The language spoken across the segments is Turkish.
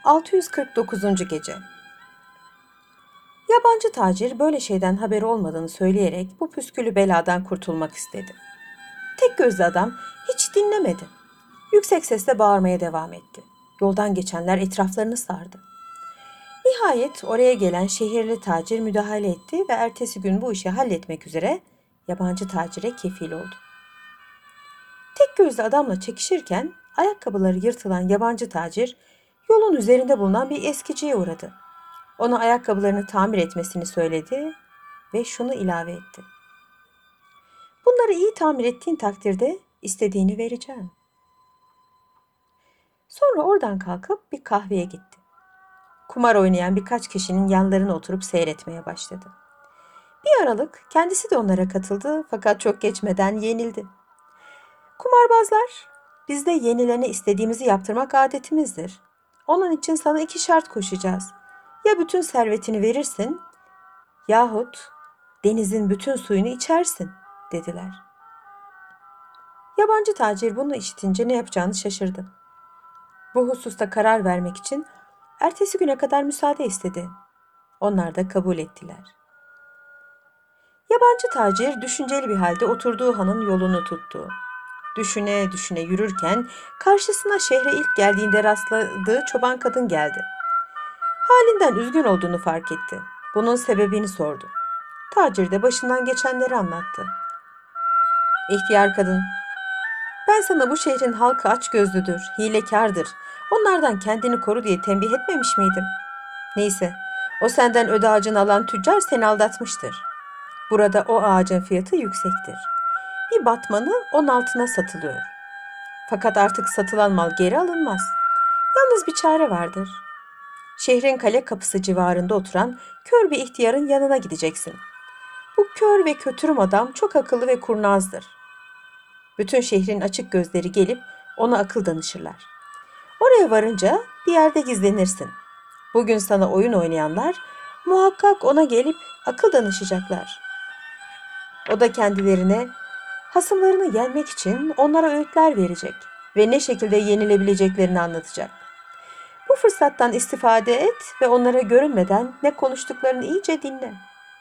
649. Gece. Yabancı tacir böyle şeyden haberi olmadığını söyleyerek bu püskülü beladan kurtulmak istedi. Tek gözlü adam hiç dinlemedi. Yüksek sesle bağırmaya devam etti. Yoldan geçenler etraflarını sardı. Nihayet oraya gelen şehirli tacir müdahale etti ve ertesi gün bu işi halletmek üzere yabancı tacire kefil oldu. Tek gözlü adamla çekişirken ayakkabıları yırtılan yabancı tacir yolun üzerinde bulunan bir eskiciye uğradı. Ona ayakkabılarını tamir etmesini söyledi ve şunu ilave etti. Bunları iyi tamir ettiğin takdirde istediğini vereceğim. Sonra oradan kalkıp bir kahveye gitti. Kumar oynayan birkaç kişinin yanlarına oturup seyretmeye başladı. Bir aralık kendisi de onlara katıldı fakat çok geçmeden yenildi. Kumarbazlar, bizde yenilene istediğimizi yaptırmak adetimizdir. Onun için sana 2 şart koşacağız. Ya bütün servetini verirsin yahut denizin bütün suyunu içersin dediler. Yabancı tacir bunu işitince ne yapacağını şaşırdı. Bu hususta karar vermek için ertesi güne kadar müsaade istedi. Onlar da kabul ettiler. Yabancı tacir düşünceli bir halde oturduğu hanın yolunu tuttu. Düşüne düşüne yürürken karşısına şehre ilk geldiğinde rastladığı çoban kadın geldi. Halinden üzgün olduğunu fark etti. Bunun sebebini sordu. Tacir de başından geçenleri anlattı. İhtiyar kadın, ben sana bu şehrin halkı açgözlüdür, hilekardır. Onlardan kendini koru diye tembih etmemiş miydim? Neyse, o senden öde ağacını alan tüccar seni aldatmıştır. Burada o ağacın fiyatı yüksektir. Bir batmanı 10 altına satılıyor. Fakat artık satılan mal geri alınmaz. Yalnız bir çare vardır. Şehrin kale kapısı civarında oturan kör bir ihtiyarın yanına gideceksin. Bu kör ve kötürüm adam çok akıllı ve kurnazdır. Bütün şehrin açık gözleri gelip ona akıl danışırlar. Oraya varınca bir yerde gizlenirsin. Bugün sana oyun oynayanlar muhakkak ona gelip akıl danışacaklar. O da kendilerine hasımlarını yenmek için onlara öğütler verecek ve ne şekilde yenilebileceklerini anlatacak. Bu fırsattan istifade et ve onlara görünmeden ne konuştuklarını iyice dinle.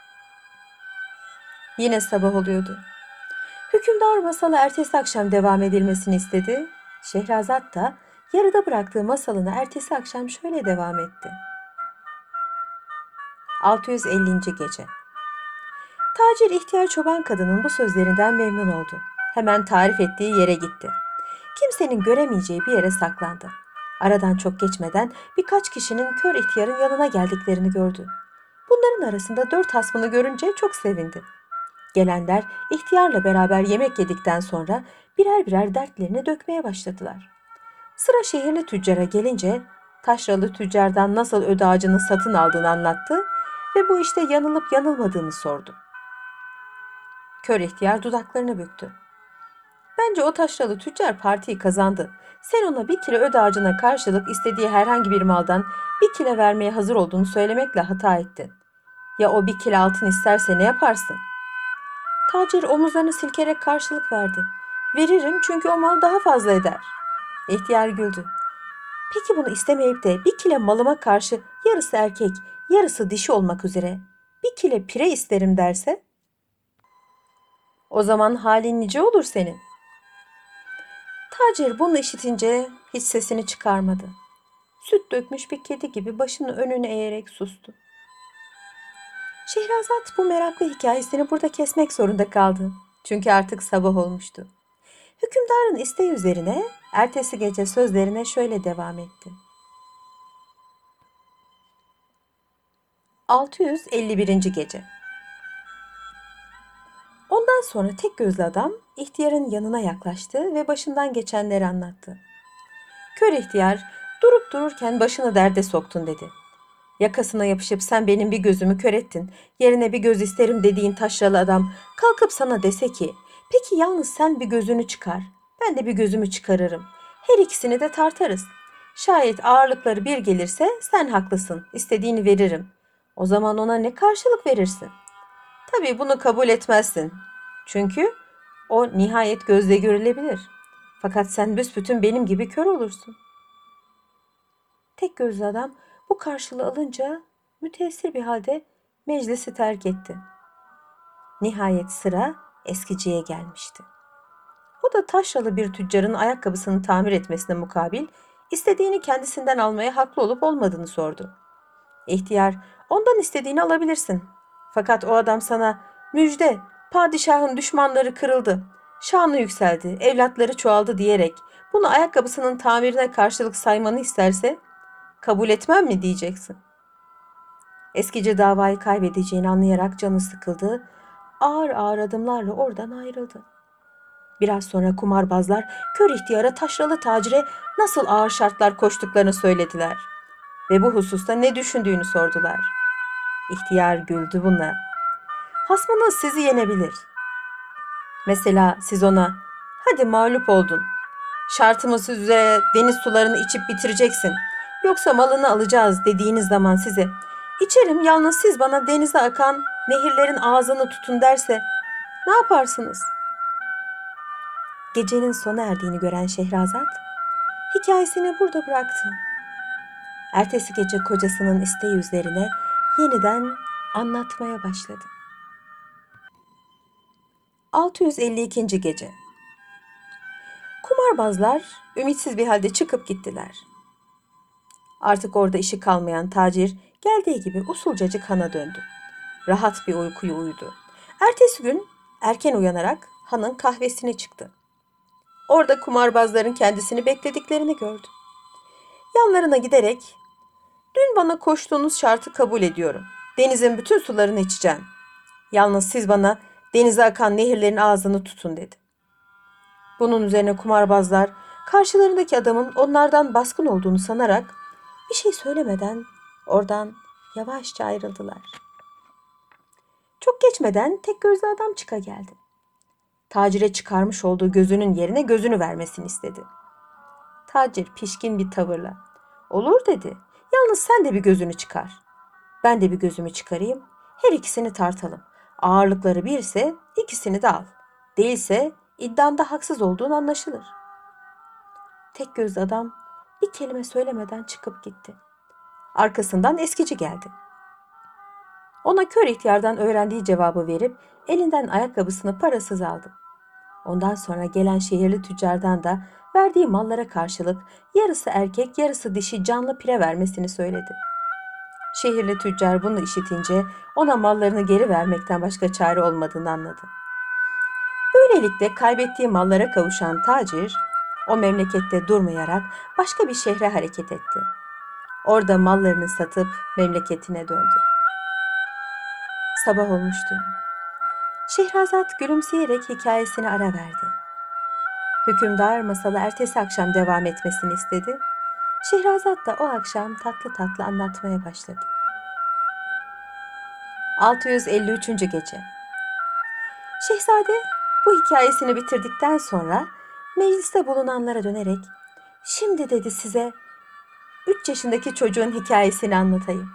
Yine sabah oluyordu. Hükümdar masalı ertesi akşam devam edilmesini istedi. Şehrazat da yarıda bıraktığı masalını ertesi akşam şöyle devam etti. 650. Gece. Tacir ihtiyar çoban kadının bu sözlerinden memnun oldu. Hemen tarif ettiği yere gitti. Kimsenin göremeyeceği bir yere saklandı. Aradan çok geçmeden birkaç kişinin kör ihtiyarın yanına geldiklerini gördü. Bunların arasında 4 hasmını görünce çok sevindi. Gelenler ihtiyarla beraber yemek yedikten sonra birer birer dertlerini dökmeye başladılar. Sıra şehirli tüccara gelince taşralı tüccardan nasıl öde ağacını satın aldığını anlattı ve bu işte yanılıp yanılmadığını sordu. Kör ihtiyar dudaklarını büktü. Bence o taşralı tüccar partiyi kazandı. Sen ona 1 kilo öde ağacına karşılık istediği herhangi bir maldan 1 kilo vermeye hazır olduğunu söylemekle hata ettin. Ya o 1 kilo altın isterse ne yaparsın? Tacir omuzlarını silkerek karşılık verdi. Veririm çünkü o mal daha fazla eder. İhtiyar güldü. Peki bunu istemeyip de 1 kilo malıma karşı yarısı erkek, yarısı dişi olmak üzere 1 kilo pire isterim derse? O zaman halin nice olur senin. Tacir bunu işitince hiç sesini çıkarmadı. Süt dökmüş bir kedi gibi başını önüne eğerek sustu. Şehrazat bu meraklı hikayesini burada kesmek zorunda kaldı. Çünkü artık sabah olmuştu. Hükümdarın isteği üzerine ertesi gece sözlerine şöyle devam etti. 651. Gece. Ondan sonra tek gözlü adam ihtiyarın yanına yaklaştı ve başından geçenleri anlattı. Kör ihtiyar durup dururken başını derde soktun dedi. Yakasına yapışıp sen benim bir gözümü kör ettin, yerine bir göz isterim dediğin taşralı adam kalkıp sana dese ki, peki yalnız sen bir gözünü çıkar, ben de bir gözümü çıkarırım. Her ikisini de tartarız. Şayet ağırlıkları bir gelirse sen haklısın, istediğini veririm. O zaman ona ne karşılık verirsin? Tabii bunu kabul etmezsin. Çünkü o nihayet gözle görülebilir. Fakat sen büsbütün benim gibi kör olursun. Tek gözlü adam bu karşılığı alınca müteessir bir halde meclisi terk etti. Nihayet sıra eskiciye gelmişti. O da taşralı bir tüccarın ayakkabısını tamir etmesine mukabil istediğini kendisinden almaya haklı olup olmadığını sordu. İhtiyar, ondan istediğini alabilirsin. Fakat o adam sana müjde, padişahın düşmanları kırıldı, şanı yükseldi, evlatları çoğaldı diyerek bunu ayakkabısının tamirine karşılık saymanı isterse kabul etmem mi diyeceksin. Eskici davayı kaybedeceğini anlayarak canı sıkıldı, ağır ağır adımlarla oradan ayrıldı. Biraz sonra kumarbazlar kör ihtiyara taşralı tacire nasıl ağır şartlar koştuklarını söylediler ve bu hususta ne düşündüğünü sordular. İhtiyar güldü buna. Hasmınız sizi yenebilir. Mesela siz ona, hadi mağlup oldun. Şartımız üzere deniz sularını içip bitireceksin. Yoksa malını alacağız dediğiniz zaman size, içerim yalnız siz bana denize akan nehirlerin ağzını tutun derse ne yaparsınız? Gecenin sona erdiğini gören Şehrazat hikayesini burada bıraktı. Ertesi gece kocasının isteği üzerine yeniden anlatmaya başladı. 652. Gece. Kumarbazlar ümitsiz bir halde çıkıp gittiler. Artık orada işi kalmayan tacir geldiği gibi usulcacık hana döndü. Rahat bir uykuyu uyudu. Ertesi gün erken uyanarak hanın kahvesine çıktı. Orada kumarbazların kendisini beklediklerini gördü. Yanlarına giderek, dün bana koştuğunuz şartı kabul ediyorum. Denizin bütün sularını içeceğim. Yalnız siz bana denize akan nehirlerin ağzını tutun dedi. Bunun üzerine kumarbazlar karşılarındaki adamın onlardan baskın olduğunu sanarak bir şey söylemeden oradan yavaşça ayrıldılar. Çok geçmeden tek gözlü adam çıka geldi. Tacire çıkarmış olduğu gözünün yerine gözünü vermesini istedi. Tacir pişkin bir tavırla, olur dedi. Yalnız sen de bir gözünü çıkar. Ben de bir gözümü çıkarayım. Her ikisini tartalım. Ağırlıkları birse ikisini de al. Değilse iddianda haksız olduğun anlaşılır. Tek gözlü adam bir kelime söylemeden çıkıp gitti. Arkasından eskici geldi. Ona kör ihtiyardan öğrendiği cevabı verip elinden ayakkabısını parasız aldı. Ondan sonra gelen şehirli tüccardan da verdiği mallara karşılık yarısı erkek yarısı dişi canlı pire vermesini söyledi. Şehirli tüccar bunu işitince ona mallarını geri vermekten başka çare olmadığını anladı. Böylelikle kaybettiği mallara kavuşan tacir o memlekette durmayarak başka bir şehre hareket etti. Orada mallarını satıp memleketine döndü. Sabah olmuştu. Şehrazat gülümseyerek hikayesine ara verdi. Hükümdar masalı ertesi akşam devam etmesini istedi. Şehrazat da o akşam tatlı tatlı anlatmaya başladı. 653. Gece. Şehzade bu hikayesini bitirdikten sonra mecliste bulunanlara dönerek, şimdi dedi size 3 yaşındaki çocuğun hikayesini anlatayım.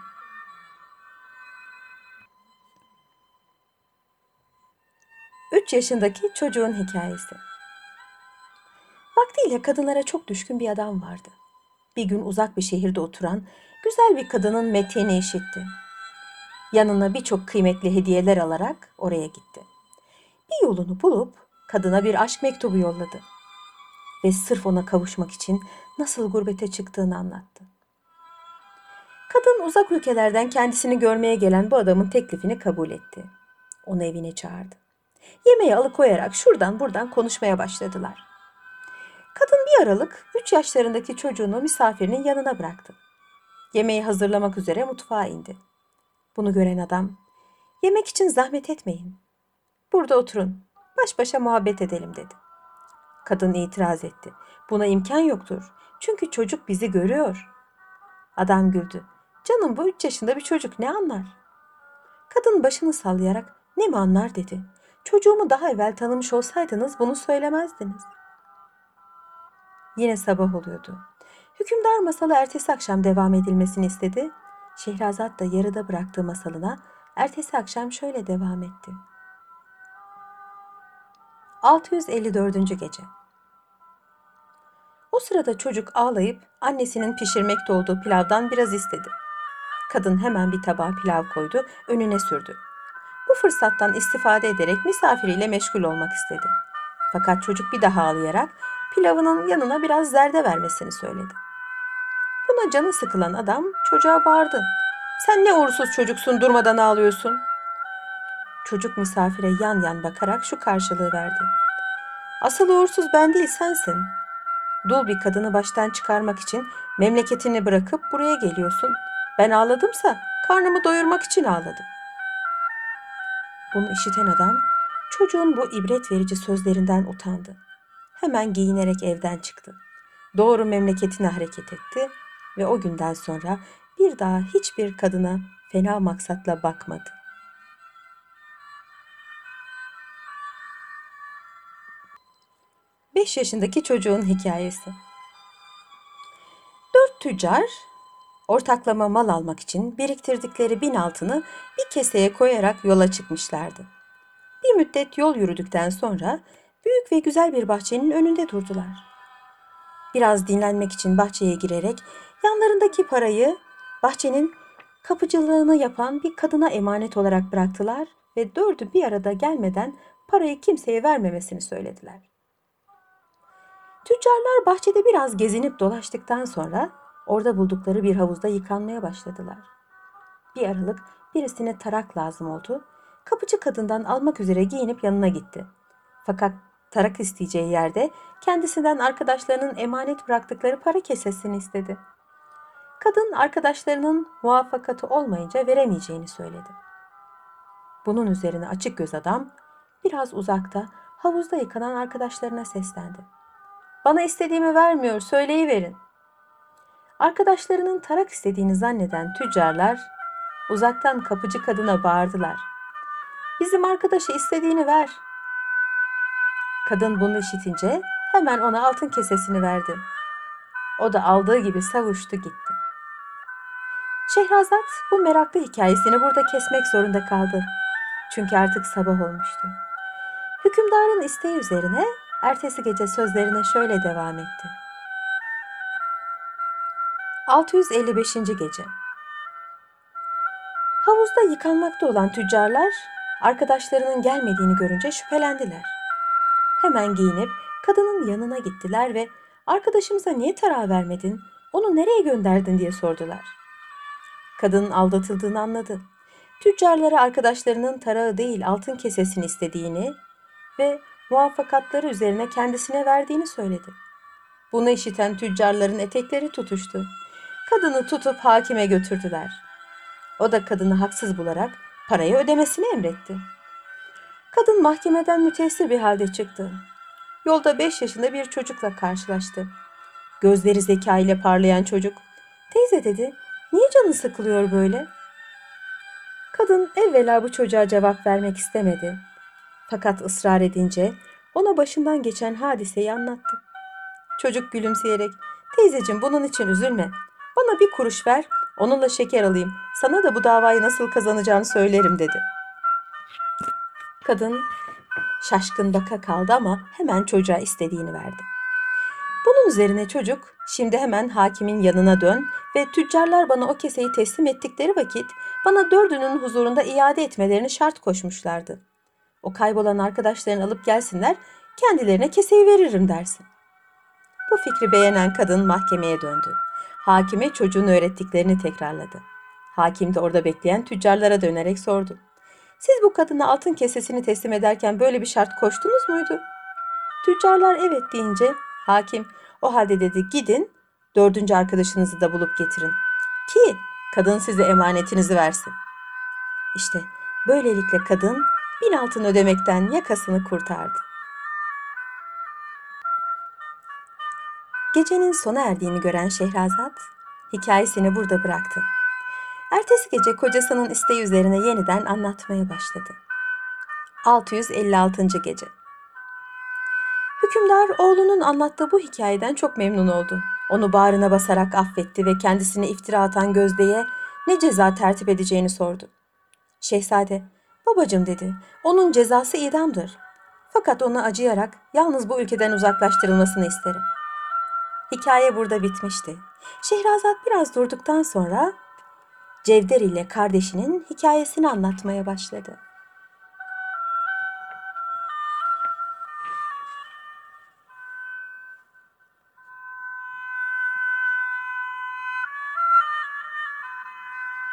3 yaşındaki çocuğun hikayesi. Vaktiyle kadınlara çok düşkün bir adam vardı. Bir gün uzak bir şehirde oturan güzel bir kadının metnini işitti. Yanına birçok kıymetli hediyeler alarak oraya gitti. Bir yolunu bulup kadına bir aşk mektubu yolladı. Ve sırf ona kavuşmak için nasıl gurbete çıktığını anlattı. Kadın uzak ülkelerden kendisini görmeye gelen bu adamın teklifini kabul etti. Onu evine çağırdı. Yemeği alıkoyarak şuradan buradan konuşmaya başladılar. Kadın bir aralık 3 yaşlarındaki çocuğunu misafirinin yanına bıraktı. Yemeği hazırlamak üzere mutfağa indi. Bunu gören adam, yemek için zahmet etmeyin. Burada oturun, baş başa muhabbet edelim dedi. Kadın itiraz etti. Buna imkan yoktur. Çünkü çocuk bizi görüyor. Adam güldü. Canım bu 3 yaşında bir çocuk ne anlar? Kadın başını sallayarak ne mi anlar dedi. Çocuğumu daha evvel tanımış olsaydınız bunu söylemezdiniz. Yine sabah oluyordu. Hükümdar masalı ertesi akşam devam edilmesini istedi. Şehrazat da yarıda bıraktığı masalına ertesi akşam şöyle devam etti. 654. Gece. O sırada çocuk ağlayıp annesinin pişirmekte olduğu pilavdan biraz istedi. Kadın hemen bir tabağa pilav koydu, önüne sürdü. Bu fırsattan istifade ederek misafiriyle meşgul olmak istedi. Fakat çocuk bir daha ağlayarak pilavının yanına biraz zerde vermesini söyledi. Buna canı sıkılan adam çocuğa bağırdı. "Sen ne uğursuz çocuksun, durmadan ağlıyorsun." Çocuk misafire yan yan bakarak şu karşılığı verdi. "Asıl uğursuz ben değil, sensin. Dul bir kadını baştan çıkarmak için memleketini bırakıp buraya geliyorsun. Ben ağladımsa karnımı doyurmak için ağladım." Bunu işiten adam çocuğun bu ibret verici sözlerinden utandı. Hemen giyinerek evden çıktı. Doğru memleketine hareket etti ve o günden sonra bir daha hiçbir kadına fena maksatla bakmadı. 5 yaşındaki çocuğun hikayesi. 4 tüccar ortaklama mal almak için biriktirdikleri 1000 altını bir keseye koyarak yola çıkmışlardı. Bir müddet yol yürüdükten sonra büyük ve güzel bir bahçenin önünde durdular. Biraz dinlenmek için bahçeye girerek yanlarındaki parayı bahçenin kapıcılığını yapan bir kadına emanet olarak bıraktılar ve dördü bir arada gelmeden parayı kimseye vermemesini söylediler. Tüccarlar bahçede biraz gezinip dolaştıktan sonra orada buldukları bir havuzda yıkanmaya başladılar. Bir aralık birisine tarak lazım oldu. Kapıcı kadından almak üzere giyinip yanına gitti. Fakat tarak isteyeceği yerde kendisinden arkadaşlarının emanet bıraktıkları para kesesini istedi. Kadın arkadaşlarının muvaffakatı olmayınca veremeyeceğini söyledi. Bunun üzerine açık göz adam biraz uzakta havuzda yıkanan arkadaşlarına seslendi. "Bana istediğimi vermiyor, söyleyiverin." Arkadaşlarının tarak istediğini zanneden tüccarlar uzaktan kapıcı kadına bağırdılar. "Bizim arkadaşa istediğini ver." Kadın bunu işitince hemen ona altın kesesini verdi. O da aldığı gibi savuştu gitti. Şehrazat bu meraklı hikayesini burada kesmek zorunda kaldı. Çünkü artık sabah olmuştu. Hükümdarın isteği üzerine ertesi gece sözlerine şöyle devam etti. 655. Gece. Havuzda yıkanmakta olan tüccarlar arkadaşlarının gelmediğini görünce şüphelendiler. Hemen giyinip kadının yanına gittiler ve "Arkadaşımıza niye tarağı vermedin, onu nereye gönderdin?" diye sordular. Kadının aldatıldığını anladı. Tüccarlara arkadaşlarının tarağı değil altın kesesini istediğini ve muvaffakatları üzerine kendisine verdiğini söyledi. Bunu işiten tüccarların etekleri tutuştu. Kadını tutup hakime götürdüler. O da kadını haksız bularak parayı ödemesini emretti. Kadın mahkemeden müteessir bir halde çıktı. Yolda 5 yaşında bir çocukla karşılaştı. Gözleri zeka ile parlayan çocuk. "Teyze," dedi, "niye canın sıkılıyor böyle?" Kadın evvela bu çocuğa cevap vermek istemedi. Fakat ısrar edince ona başından geçen hadiseyi anlattı. Çocuk gülümseyerek, "Teyzeciğim, bunun için üzülme. Bana bir kuruş ver, onunla şeker alayım. Sana da bu davayı nasıl kazanacağını söylerim," dedi. Kadın şaşkın baka kaldı ama hemen çocuğa istediğini verdi. Bunun üzerine çocuk, "Şimdi hemen hakimin yanına dön ve tüccarlar bana o keseyi teslim ettikleri vakit bana dördünün huzurunda iade etmelerini şart koşmuşlardı. O kaybolan arkadaşlarını alıp gelsinler, kendilerine keseyi veririm," dersin. Bu fikri beğenen kadın mahkemeye döndü. Hakime çocuğun öğrettiklerini tekrarladı. Hakim de orada bekleyen tüccarlara dönerek sordu. "Siz bu kadına altın kesesini teslim ederken böyle bir şart koştunuz muydu?" Tüccarlar evet deyince hakim, "O halde," dedi, "gidin, dördüncü arkadaşınızı da bulup getirin ki kadın size emanetinizi versin." İşte böylelikle kadın 1000 altın ödemekten yakasını kurtardı. Gecenin sona erdiğini gören Şehrazat hikayesini burada bıraktı. Ertesi gece kocasının isteği üzerine yeniden anlatmaya başladı. 656. Gece. Hükümdar oğlunun anlattığı bu hikayeden çok memnun oldu. Onu bağrına basarak affetti ve kendisine iftira atan Gözde'ye ne ceza tertip edeceğini sordu. Şehzade, "Babacığım," dedi, "onun cezası idamdır. Fakat ona acıyarak yalnız bu ülkeden uzaklaştırılmasını isterim." Hikaye burada bitmişti. Şehrazat biraz durduktan sonra Cevder ile kardeşinin hikayesini anlatmaya başladı.